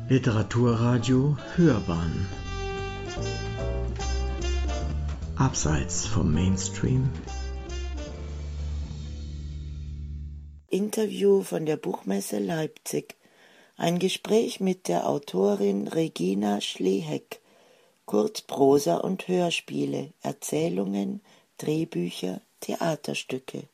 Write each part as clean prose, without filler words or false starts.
Literaturradio Hörbahn Abseits vom Mainstream. Interview von der Buchmesse Leipzig. Ein Gespräch mit der Autorin Regina Schleheck. Kurzprosa und Hörspiele, Erzählungen, Drehbücher, Theaterstücke.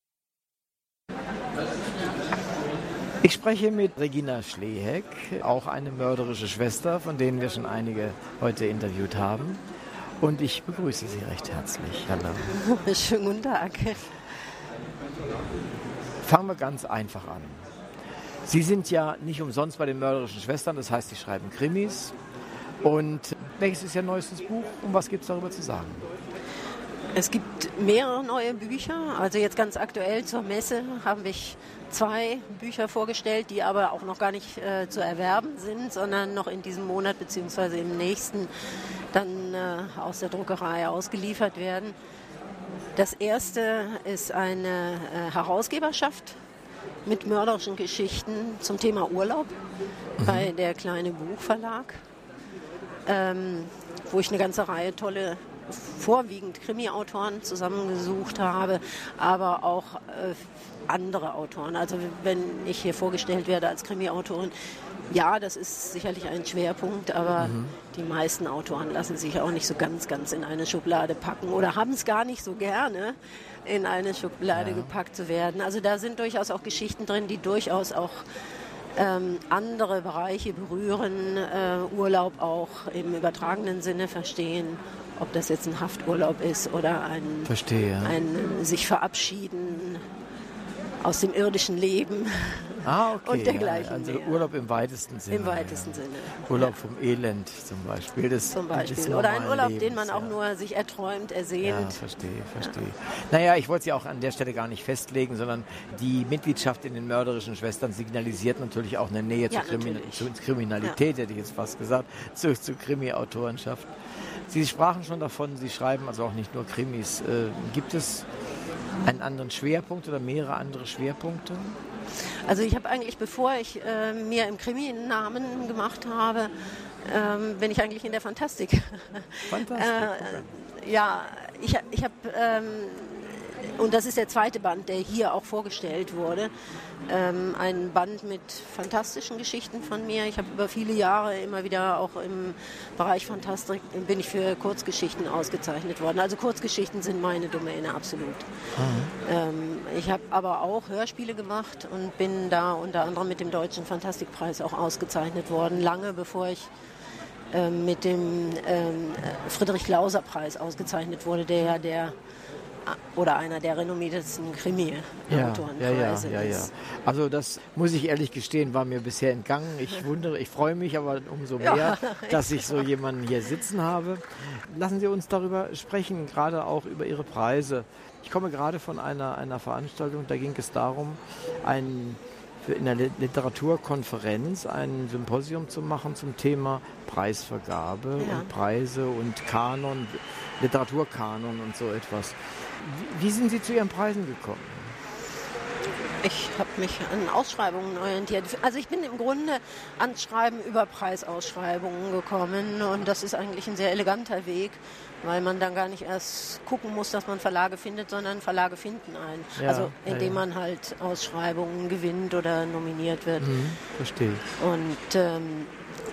Ich spreche mit Regina Schleheck, auch eine mörderische Schwester, von denen wir schon einige heute interviewt haben. Und ich begrüße Sie recht herzlich. Hallo. Schönen guten Tag. Fangen wir ganz einfach an. Sie sind ja nicht umsonst bei den mörderischen Schwestern, das heißt, Sie schreiben Krimis. Und welches ist Ihr neuestes Buch und was gibt es darüber zu sagen? Es gibt mehrere neue Bücher. Also jetzt ganz aktuell zur Messe habe ich 2 Bücher vorgestellt, die aber auch noch gar nicht zu erwerben sind, sondern noch in diesem Monat bzw. im nächsten dann aus der Druckerei ausgeliefert werden. Das erste ist eine Herausgeberschaft mit mörderischen Geschichten zum Thema Urlaub bei der Kleine Buchverlag, wo ich eine ganze Reihe tolle, vorwiegend Krimi-Autoren zusammengesucht habe, aber auch andere Autoren. Also wenn ich hier vorgestellt werde als Krimi-Autorin, ja, das ist sicherlich ein Schwerpunkt, aber die meisten Autoren lassen sich auch nicht so ganz in eine Schublade packen oder haben es gar nicht so gerne, in eine Schublade gepackt zu werden. Also da sind durchaus auch Geschichten drin, die durchaus auch andere Bereiche berühren, Urlaub auch im übertragenen Sinne verstehen, ob das jetzt ein Hafturlaub ist oder ein sich verabschieden aus dem irdischen Leben und dergleichen. Ja, also Urlaub im weitesten Sinne. Im weitesten Sinne. Urlaub vom Elend zum Beispiel. Oder ein Urlaub, den man auch nur sich erträumt, ersehnt. Ja, verstehe. Naja, ich wollte Sie auch an der Stelle gar nicht festlegen, sondern die Mitgliedschaft in den mörderischen Schwestern signalisiert natürlich auch eine Nähe zur Kriminalität, hätte ich jetzt fast gesagt, zur Krimi-Autorenschaft. Sie sprachen schon davon, Sie schreiben also auch nicht nur Krimis. Gibt es einen anderen Schwerpunkt oder mehrere andere Schwerpunkte? Also ich habe eigentlich, bevor ich mir im Krimi einen Namen gemacht habe, bin ich eigentlich in der Fantastik. Fantastik? Ja, ich habe, und das ist der zweite Band, der hier auch vorgestellt wurde, ein Band mit fantastischen Geschichten von mir. Ich habe über viele Jahre immer wieder auch im Bereich Fantastik bin ich für Kurzgeschichten ausgezeichnet worden. Also Kurzgeschichten sind meine Domäne, absolut. Ich habe aber auch Hörspiele gemacht und bin da unter anderem mit dem Deutschen Fantastikpreis auch ausgezeichnet worden, lange bevor ich mit dem Friedrich-Lauser-Preis ausgezeichnet wurde, der oder einer der renommiertesten Krimi-Autorenpreise ist. Also das muss ich ehrlich gestehen, war mir bisher entgangen. Ich freue mich aber umso mehr, dass ich so jemanden hier sitzen habe. Lassen Sie uns darüber sprechen, gerade auch über Ihre Preise. Ich komme gerade von einer Veranstaltung, da ging es darum, in einer Literaturkonferenz ein Symposium zu machen zum Thema Preisvergabe und Preise und Kanon, Literaturkanon und so etwas. Wie sind Sie zu Ihren Preisen gekommen? Ich habe mich an Ausschreibungen orientiert. Also ich bin im Grunde ans Schreiben über Preisausschreibungen gekommen und das ist eigentlich ein sehr eleganter Weg, weil man dann gar nicht erst gucken muss, dass man Verlage findet, sondern Verlage finden einen. Indem man halt Ausschreibungen gewinnt oder nominiert wird. Verstehe ich. Und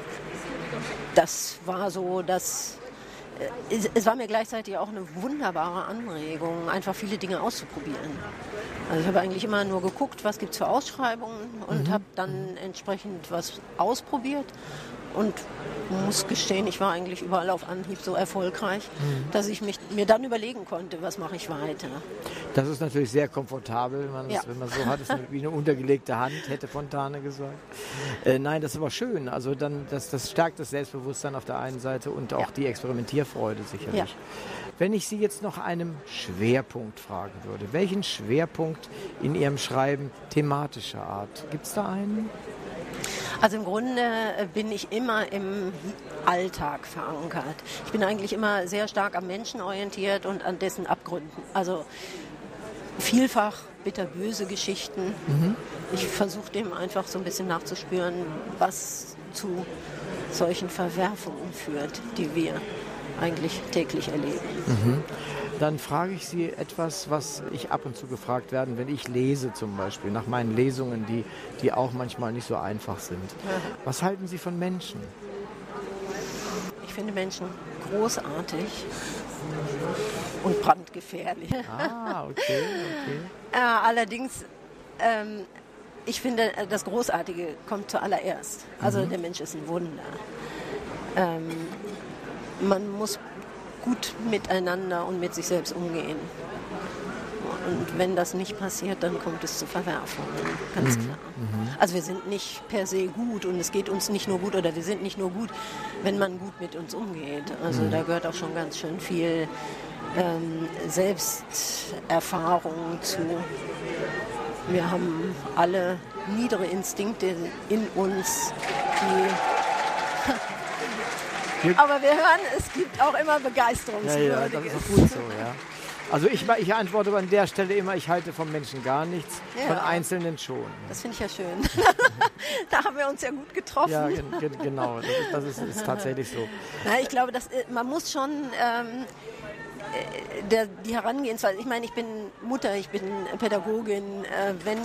das war so, dass es war mir gleichzeitig auch eine wunderbare Anregung, einfach viele Dinge auszuprobieren. Also ich habe eigentlich immer nur geguckt, was gibt es für Ausschreibungen und habe dann entsprechend was ausprobiert und muss gestehen, ich war eigentlich überall auf Anhieb so erfolgreich, dass ich mir dann überlegen konnte, was mache ich weiter. Das ist natürlich sehr komfortabel, wenn man so hat, ist wie eine untergelegte Hand, hätte Fontane gesagt. Nein, das ist aber schön. Also dann, das stärkt das Selbstbewusstsein auf der einen Seite und auch die Experimentierfreude sicherlich. Ja. Wenn ich Sie jetzt nach einem Schwerpunkt fragen würde, welchen Schwerpunkt in Ihrem Schreiben thematischer Art? Gibt es da einen? Also im Grunde bin ich immer im Alltag verankert. Ich bin eigentlich immer sehr stark am Menschen orientiert und an dessen Abgründen. Also vielfach bitterböse Geschichten. Ich versuche dem einfach so ein bisschen nachzuspüren, was zu solchen Verwerfungen führt, die wir eigentlich täglich erleben. Dann frage ich Sie etwas, was ich ab und zu gefragt werde, wenn ich lese zum Beispiel, nach meinen Lesungen, die auch manchmal nicht so einfach sind. Was halten Sie von Menschen? Ich finde Menschen großartig und brandgefährlich. Okay. Allerdings, ich finde, das Großartige kommt zuallererst. Also der Mensch ist ein Wunder. Man muss gut miteinander und mit sich selbst umgehen. Und wenn das nicht passiert, dann kommt es zu Verwerfungen, ganz klar. Also wir sind nicht per se gut und es geht uns nicht nur gut oder wir sind nicht nur gut, wenn man gut mit uns umgeht. Also da gehört auch schon ganz schön viel Selbsterfahrung zu. Wir haben alle niedere Instinkte in uns, aber wir hören, es gibt auch immer Begeisterungswürdiges. Ja, das ist auch gut so, ja. Also ich antworte an der Stelle immer, ich halte vom Menschen gar nichts, von Einzelnen schon. Das finde ich ja schön. Da haben wir uns ja gut getroffen. Ja, genau, das ist tatsächlich so. Na, ich glaube, man muss schon die Herangehensweise, ich meine, ich bin Mutter, ich bin Pädagogin, wenn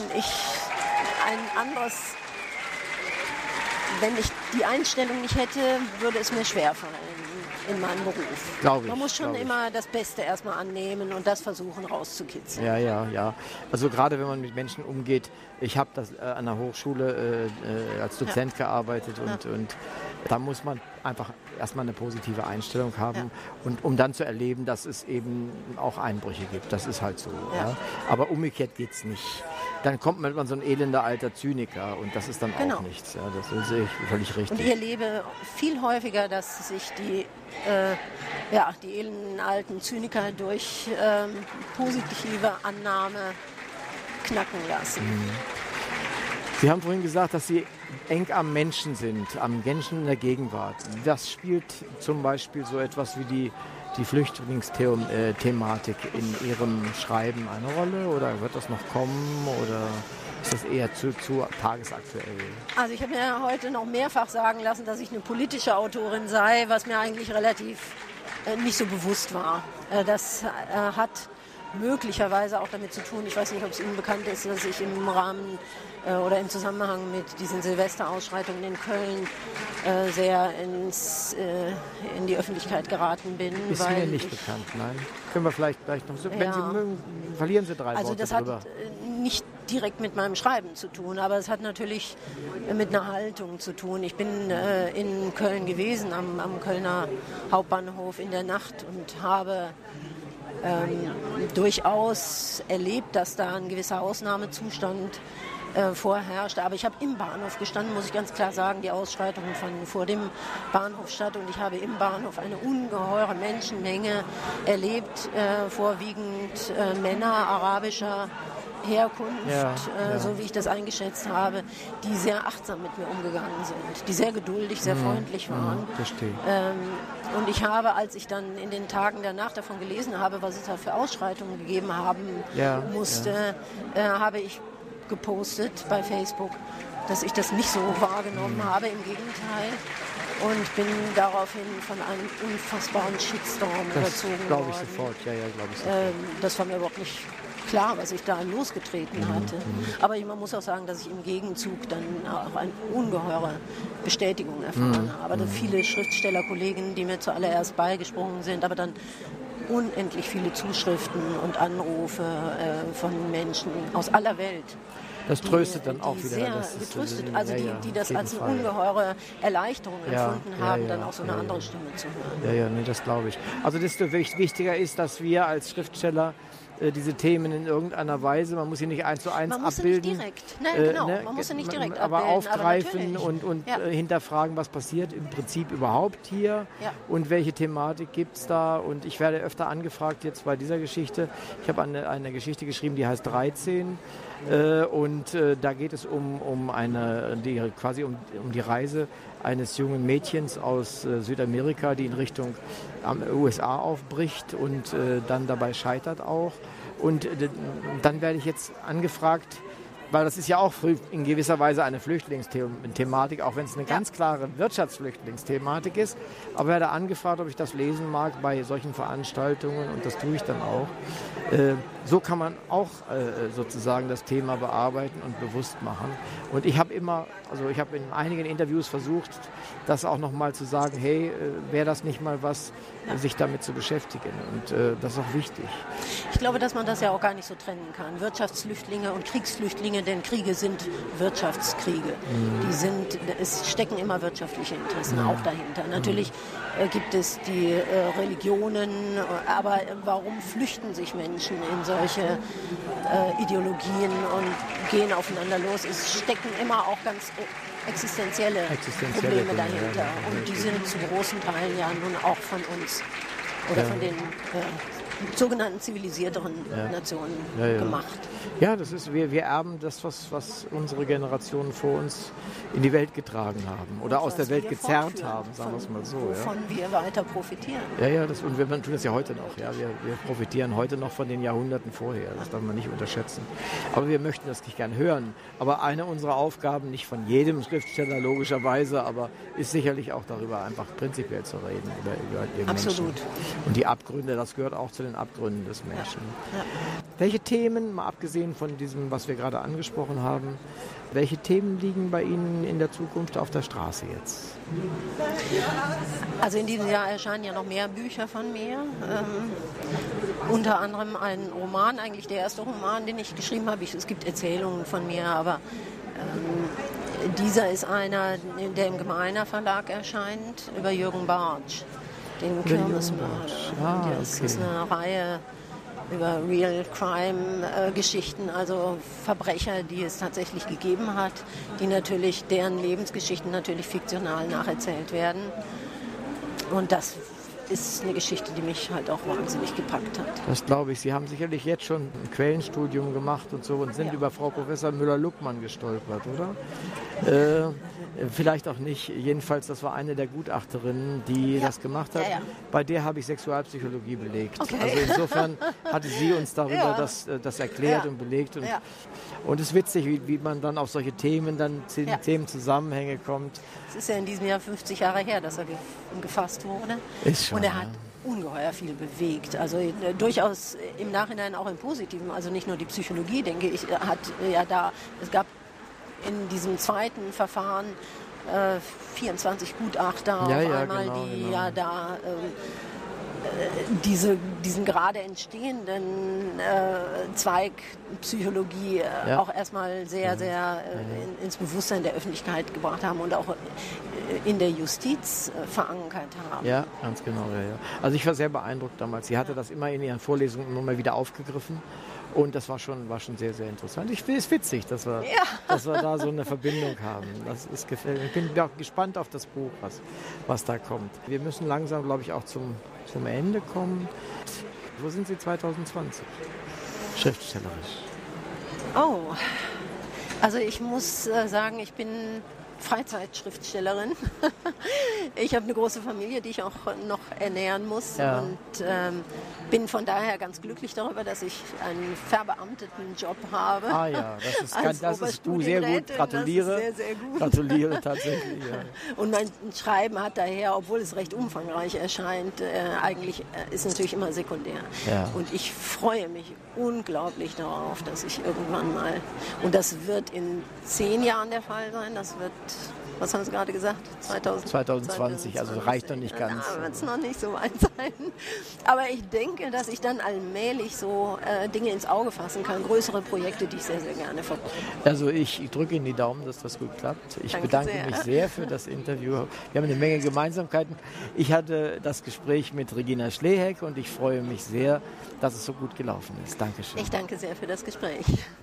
ich die Einstellung nicht hätte, würde es mir schwerfallen in meinem Beruf. Man muss schon immer das Beste erstmal annehmen und das versuchen rauszukitzeln. Ja. Also gerade wenn man mit Menschen umgeht, ich habe an der Hochschule als Dozent gearbeitet und da muss man einfach erstmal eine positive Einstellung haben und um dann zu erleben, dass es eben auch Einbrüche gibt. Das ist halt so. Ja. Aber umgekehrt geht es nicht. Dann kommt man so ein elender alter Zyniker und das ist dann auch nichts. Ja, das sehe ich völlig richtig. Und ich erlebe viel häufiger, dass sich die elenden alten Zyniker durch positive Annahme knacken lassen. Sie haben vorhin gesagt, dass Sie eng am Menschen sind, am Menschen in der Gegenwart. Das spielt zum Beispiel so etwas wie die Flüchtlingsthematik in Ihrem Schreiben eine Rolle oder wird das noch kommen oder ist das eher zu tagesaktuell? Also ich habe mir heute noch mehrfach sagen lassen, dass ich eine politische Autorin sei, was mir eigentlich relativ nicht so bewusst war. Das hat möglicherweise auch damit zu tun, ich weiß nicht, ob es Ihnen bekannt ist, dass ich im Rahmen oder im Zusammenhang mit diesen Silvesterausschreitungen in Köln sehr in die Öffentlichkeit geraten bin. Ist mir nicht bekannt, nein. Können wir vielleicht gleich noch, wenn Sie mögen, verlieren Sie 3 Worte Also das drüber. hat nicht direkt mit meinem Schreiben zu tun, aber es hat natürlich mit einer Haltung zu tun. Ich bin in Köln gewesen, am Kölner Hauptbahnhof in der Nacht und habe durchaus erlebt, dass da ein gewisser Ausnahmezustand vorherrschte. Aber ich habe im Bahnhof gestanden, muss ich ganz klar sagen, die Ausschreitungen fanden vor dem Bahnhof statt und ich habe im Bahnhof eine ungeheure Menschenmenge erlebt, vorwiegend Männer arabischer Herkunft, so wie ich das eingeschätzt habe, die sehr achtsam mit mir umgegangen sind, die sehr geduldig, sehr freundlich waren. Verstehe. Und ich habe, als ich dann in den Tagen danach davon gelesen habe, was es da für Ausschreitungen gegeben haben musste, habe ich gepostet bei Facebook, dass ich das nicht so wahrgenommen habe, im Gegenteil. Und bin daraufhin von einem unfassbaren Shitstorm überzogen worden. Glaube ich sofort, glaube ich sofort. Das war mir überhaupt nicht klar, was ich da losgetreten hatte. Aber man muss auch sagen, dass ich im Gegenzug dann auch eine ungeheure Bestätigung erfahren habe. Also viele Schriftstellerkollegen, die mir zuallererst beigesprungen sind, aber dann unendlich viele Zuschriften und Anrufe von Menschen aus aller Welt. Das tröstet dann auch wieder. Sehr getröstet, also die das als eine ungeheure Erleichterung empfunden haben, dann auch so eine andere Stimme zu hören. Das glaube ich. Also desto wichtiger ist, dass wir als Schriftsteller diese Themen in irgendeiner Weise, man muss sie nicht 1:1 abbilden. Man muss sie nicht direkt, man muss sie nicht direkt aber abbilden. aufgreifen und hinterfragen, was passiert im Prinzip überhaupt hier und welche Thematik gibt es da. Und ich werde öfter angefragt jetzt bei dieser Geschichte. Ich habe eine Geschichte geschrieben, die heißt 13. Und da geht es um die Reise eines jungen Mädchens aus Südamerika, die in Richtung USA aufbricht und dann dabei scheitert auch. Und dann werde ich jetzt angefragt, weil das ist ja auch in gewisser Weise eine Flüchtlingsthematik, auch wenn es eine ganz klare Wirtschaftsflüchtlingsthematik ist. Aber werde angefragt, ob ich das lesen mag bei solchen Veranstaltungen und das tue ich dann auch. So kann man auch sozusagen das Thema bearbeiten und bewusst machen. Und ich habe in einigen Interviews versucht, das auch nochmal zu sagen, hey, wäre das nicht mal was, sich damit zu beschäftigen. Und das ist auch wichtig. Ich glaube, dass man das ja auch gar nicht so trennen kann. Wirtschaftsflüchtlinge und Kriegsflüchtlinge, denn Kriege sind Wirtschaftskriege. Es stecken immer wirtschaftliche Interessen auch dahinter. Natürlich gibt es die Religionen, aber warum flüchten sich Menschen in solche Ideologien und gehen aufeinander los? Es stecken immer auch ganz existenzielle Probleme dahinter. Und die sind zu großen Teilen ja nun auch von uns oder von den sogenannten zivilisierteren Nationen gemacht. Ja, das ist, wir erben das, was unsere Generationen vor uns in die Welt getragen haben oder aus der Welt gezerrt haben, sagen wir es mal so. Wovon wir weiter profitieren. Und wir tun das ja heute noch. Ja. Wir profitieren heute noch von den Jahrhunderten vorher, das darf man nicht unterschätzen. Aber wir möchten das nicht gern hören. Aber eine unserer Aufgaben, nicht von jedem Schriftsteller logischerweise, aber ist sicherlich auch darüber einfach prinzipiell zu reden, über den Menschen. Und die Abgründe, das gehört auch zu den Abgründen des Menschen. Ja. Welche Themen, mal abgesehen von diesem, was wir gerade angesprochen haben, welche Themen liegen bei Ihnen in der Zukunft auf der Straße jetzt? Also in diesem Jahr erscheinen ja noch mehr Bücher von mir. Unter anderem ein Roman, eigentlich der erste Roman, den ich geschrieben habe. Es gibt Erzählungen von mir, aber dieser ist einer, der im Gemeiner Verlag erscheint, über Jürgen Bartsch, den Kirmesmörder. Das ist eine Reihe über Real Crime Geschichten, also Verbrecher, die es tatsächlich gegeben hat, deren Lebensgeschichten natürlich fiktional nacherzählt werden. Und das ist eine Geschichte, die mich halt auch wahnsinnig gepackt hat. Das glaube ich. Sie haben sicherlich jetzt schon ein Quellenstudium gemacht und so und sind über Frau Professor Müller-Luckmann gestolpert, oder? Vielleicht auch nicht. Jedenfalls, das war eine der Gutachterinnen, die das gemacht hat. Bei der habe ich Sexualpsychologie belegt. Okay. Also insofern hatte sie uns darüber das erklärt und belegt. Und es ist witzig, wie man dann auf solche Themen, Themenzusammenhänge kommt. Es ist ja in diesem Jahr 50 Jahre her, dass er gefasst wurde. Ist schon, und er hat ungeheuer viel bewegt. Also durchaus im Nachhinein auch im Positiven. Also nicht nur die Psychologie, denke ich, es gab in diesem zweiten Verfahren 24 Gutachter diesen gerade entstehenden Zweig Psychologie auch erstmal sehr ins Bewusstsein der Öffentlichkeit gebracht haben und auch in der Justiz verankert haben. Ja, ganz genau. Ja. Also ich war sehr beeindruckt damals. Sie hatte das immer in ihren Vorlesungen immer mal wieder aufgegriffen. Und das war schon sehr, sehr interessant. Ich finde es witzig, dass wir da so eine Verbindung haben. Das ist gefällig. Ich bin auch gespannt auf das Buch, was da kommt. Wir müssen langsam, glaube ich, auch zum Ende kommen. Wo sind Sie 2020? Schriftstellerisch. Oh, also ich muss sagen, ich bin Freizeitschriftstellerin. Ich habe eine große Familie, die ich auch noch ernähren muss und bin von daher ganz glücklich darüber, dass ich einen verbeamteten Job habe. Ah ja, das ist du sehr gut. Gratuliere. Das ist sehr, sehr gut. Gratuliere tatsächlich. Ja. Und mein Schreiben hat daher, obwohl es recht umfangreich erscheint, eigentlich ist natürlich immer sekundär. Ja. Und ich freue mich unglaublich darauf, dass ich irgendwann mal, und das wird in 10 Jahren der Fall sein, das wird, was haben Sie gerade gesagt? 2020, also reicht noch nicht ganz. Da wird es noch nicht so weit sein. Aber ich denke, dass ich dann allmählich so Dinge ins Auge fassen kann, größere Projekte, die ich sehr, sehr gerne verfolge. Also ich drücke Ihnen die Daumen, dass das gut klappt. Ich bedanke mich sehr für das Interview. Wir haben eine Menge Gemeinsamkeiten. Ich hatte das Gespräch mit Regina Schleheck und ich freue mich sehr, dass es so gut gelaufen ist. Dankeschön. Ich danke sehr für das Gespräch.